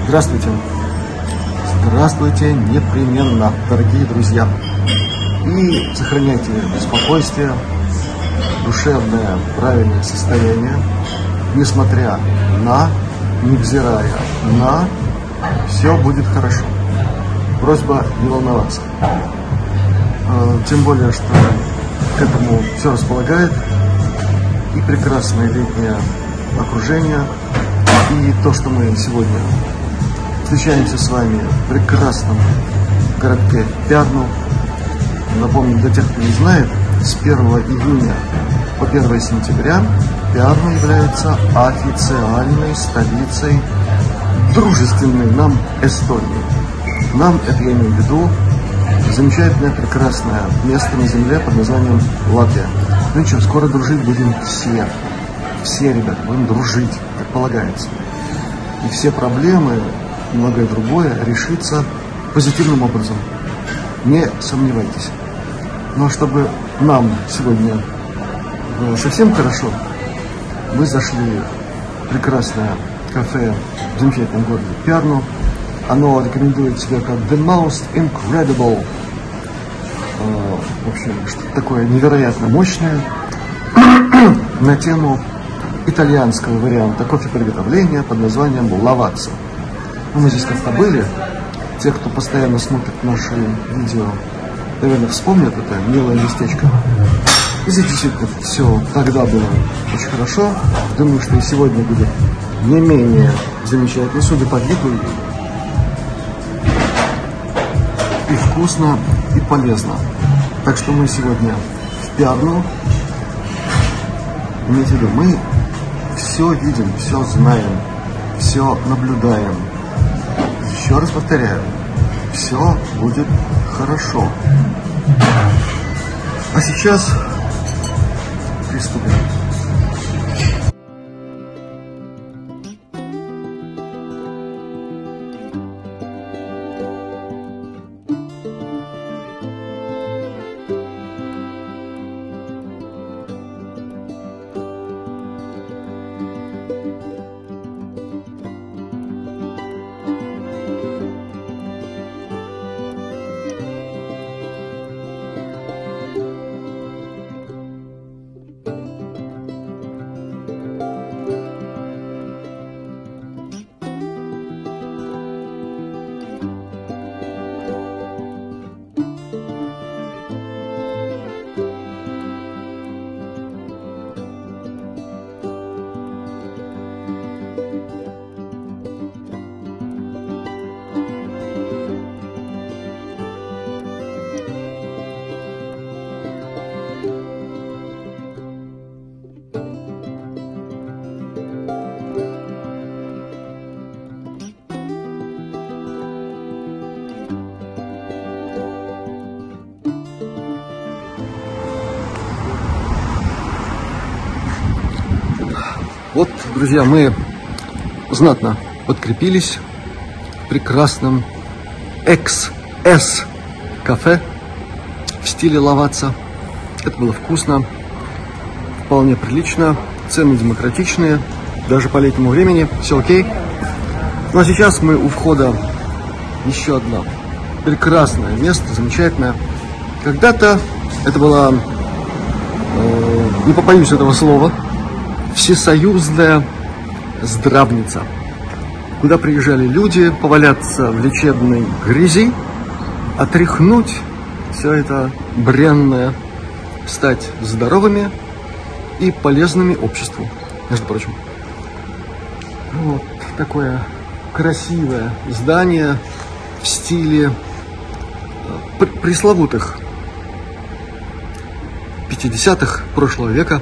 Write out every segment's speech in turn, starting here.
Здравствуйте. Здравствуйте непременно, дорогие друзья. И сохраняйте спокойствие, душевное, правильное состояние, несмотря на, невзирая на, все будет хорошо. Просьба не волноваться. Тем более, что к этому все располагает и прекрасное летнее окружение, и то, что мы сегодня встречаемся с вами в прекрасном городке Пярну. Напомню, для тех, кто не знает, с 1 июня по 1 сентября Пярну является официальной столицей дружественной нам Эстонии. Нам, это я имею в виду, замечательное, прекрасное место на земле под названием Латвия. Ну что, скоро дружить будем все. Все, ребят, будем дружить, как полагается. И все проблемы, и многое другое решится позитивным образом. Не сомневайтесь. Но чтобы нам сегодня было совсем хорошо, мы зашли в прекрасное кафе в замечательном городе Пярну. Оно рекомендует себя как The Most Incredible. В общем, что-то такое невероятно мощное на тему итальянского варианта кофе-приготовления под названием лаваццо. Мы здесь как-то были. Те, кто постоянно смотрит наши видео, наверное, вспомнят это милое местечко. И здесь действительно все тогда было очень хорошо. Думаю, что и сегодня будет не менее замечательно, судя по виду, и вкусно, и полезно. Так что мы сегодня в Пярну. Имейте в виду, мы все видим, все знаем, все наблюдаем. Еще раз повторяю, все будет хорошо. А сейчас приступим. Вот, друзья, мы знатно подкрепились в прекрасном XS кафе в стиле лаваццо. Это было вкусно, вполне прилично, цены демократичные, даже по летнему времени, все окей. Ну а сейчас мы у входа еще одно прекрасное место, замечательное. Когда-то это была, не побоюсь этого слова, всесоюзная здравница, куда приезжали люди поваляться в лечебной грязи, отряхнуть все это бренное, стать здоровыми и полезными обществу, между прочим. Вот такое красивое здание в стиле пресловутых 50-х прошлого века.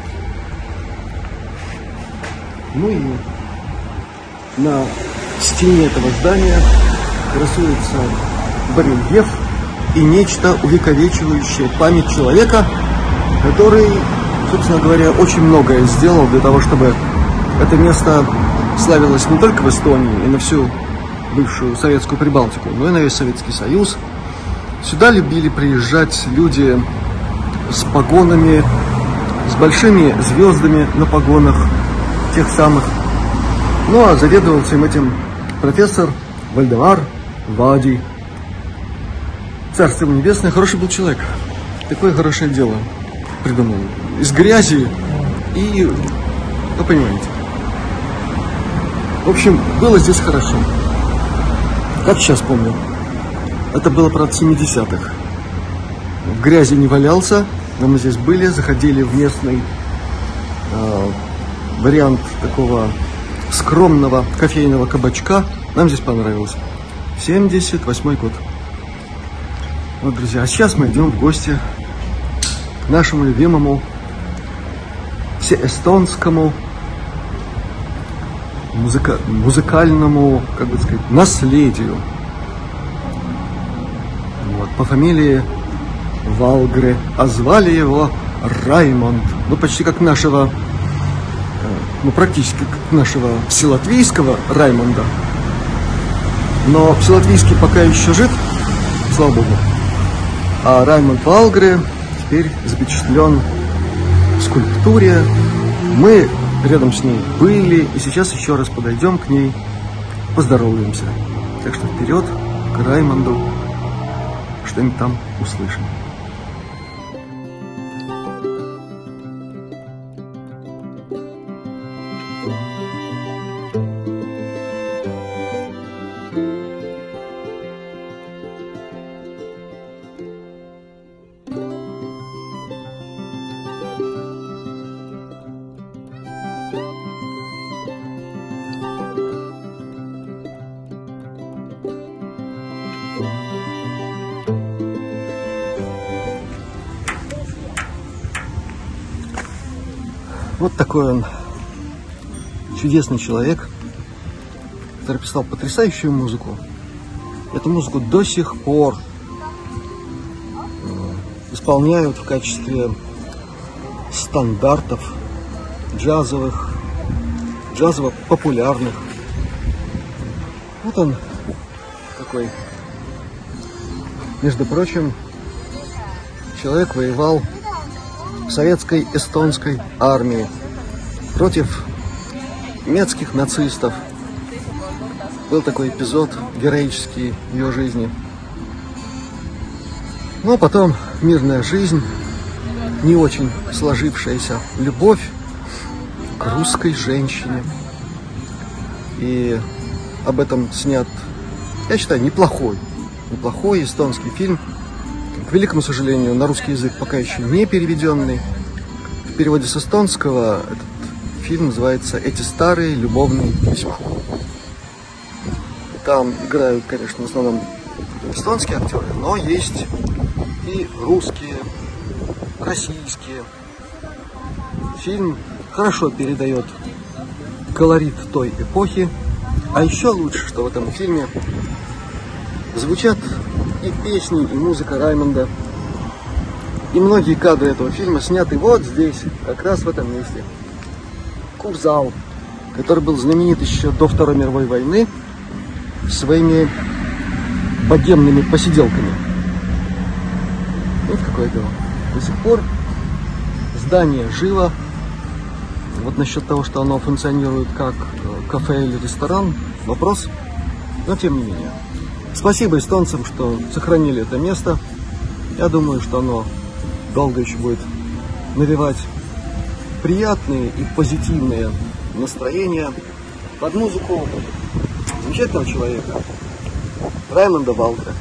Ну и на стене этого здания красуется барельеф и нечто увековечивающее память человека, который, собственно говоря, очень многое сделал для того, чтобы это место славилось не только в Эстонии и на всю бывшую советскую Прибалтику, но и на весь Советский Союз. Сюда любили приезжать люди с погонами, с большими звездами на погонах, тех самых. Ну а заведовал всем этим профессор Вальдемар Вади. Царство ему небесное, хороший был человек. Такое хорошее дело придумал. Из грязи и... Вы понимаете. В общем, было здесь хорошо. Как сейчас помню. Это было, правда, в 70-х. В грязи не валялся, но мы здесь были, заходили в местный вариант такого скромного кофейного кабачка. Нам здесь понравилось. 78-й год. Вот, друзья, а сейчас мы идем в гости к нашему любимому всеэстонскому музыкальному, как бы сказать, наследию. Вот, по фамилии Валгре, а звали его Раймонд. Ну, почти как нашего, ну, практически как нашего вселатвийского Раймонда. Но вселатвийский пока еще жив, слава богу. А Раймонд Валгре теперь запечатлен в скульптуре. Мы рядом с ней были, и сейчас еще раз подойдем к ней, поздороваемся. Так что вперед к Раймонду, что-нибудь там услышим. Вот такой он чудесный человек, который писал потрясающую музыку. Эту музыку до сих пор исполняют в качестве стандартов джазово-популярных. Вот он такой. Между прочим, человек воевал в советской эстонской армии против немецких нацистов. Был такой эпизод героический в ее жизни. Но потом мирная жизнь, не очень сложившаяся любовь к русской женщине. И об этом снят, я считаю, неплохой эстонский фильм. К великому сожалению, на русский язык пока еще не переведенный. В переводе с эстонского этот фильм называется «Эти старые любовные письма». Там играют, конечно, в основном эстонские актеры, но есть и русские, российские. Фильм хорошо передает колорит той эпохи. А еще лучше, что в этом фильме звучат и песни, и музыка Раймонда. И многие кадры этого фильма сняты вот здесь, как раз в этом месте. Курзал, который был знаменит еще до Второй мировой войны своими богемными посиделками. Вот какое дело. До сих пор здание живо. Вот насчет того, что оно функционирует как кафе или ресторан, вопрос, но тем не менее. Спасибо эстонцам, что сохранили это место. Я думаю, что оно долго еще будет навевать приятные и позитивные настроения под музыку замечательного человека Раймонда Валгре.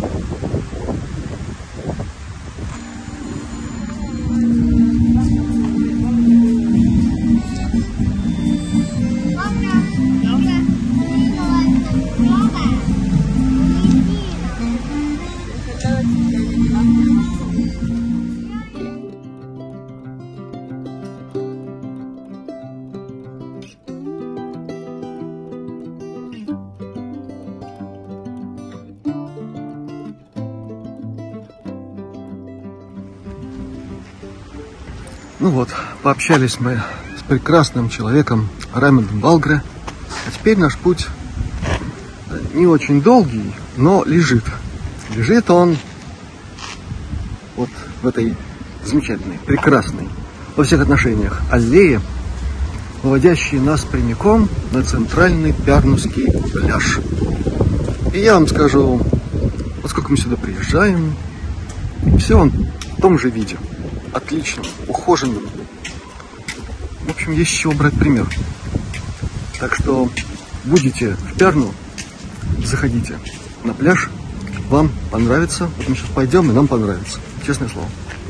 Ну вот, пообщались мы с прекрасным человеком Раймондом Валгре. А теперь наш путь не очень долгий, но лежит. Лежит он вот в этой замечательной, прекрасной во всех отношениях аллее. выводящие нас прямиком на центральный Пярнуский пляж. И я вам скажу, поскольку мы сюда приезжаем, все он в том же виде, отличном, ухоженном. В общем, есть с чего брать пример. Так что будете в Пярну, заходите на пляж, вам понравится. Вот мы сейчас пойдем, и нам понравится. Честное слово.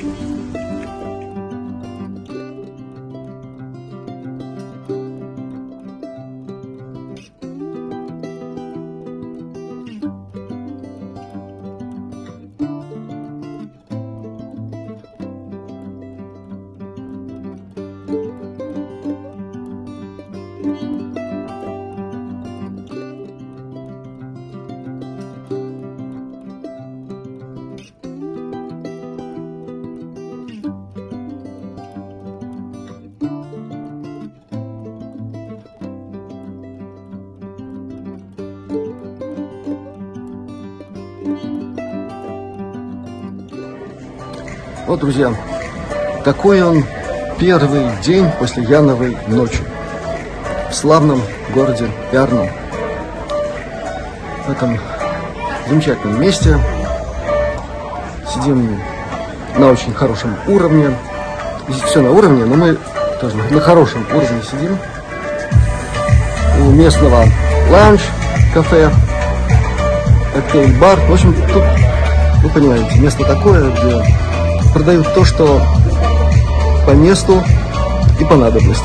Вот, друзья, такой он первый день после Яновой ночи в славном городе Пярну. В этом замечательном месте сидим на очень хорошем уровне. Здесь все на уровне, но мы тоже на хорошем уровне сидим. У местного лаунж-кафе, коктейль-бар. В общем, тут, вы понимаете, место такое, где продают то, что по месту и по надобности.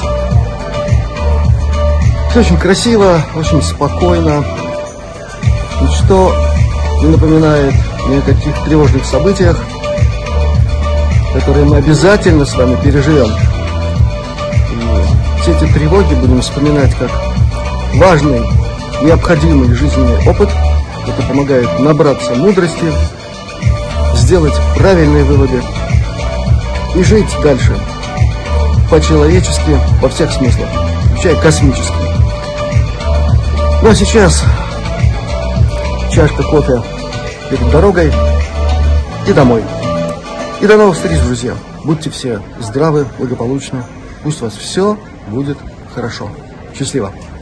Все очень красиво, очень спокойно. Ничто не напоминает ни о каких тревожных событиях, которые мы обязательно с вами переживем. И все эти тревоги будем вспоминать как важный, необходимый жизненный опыт. Это помогает набраться мудрости, сделать правильные выводы и жить дальше по-человечески во всех смыслах, включая космический. Ну а сейчас чашка кофе перед дорогой и домой. И до новых встреч, друзья. Будьте все здравы, благополучны. Пусть у вас все будет хорошо. Счастливо.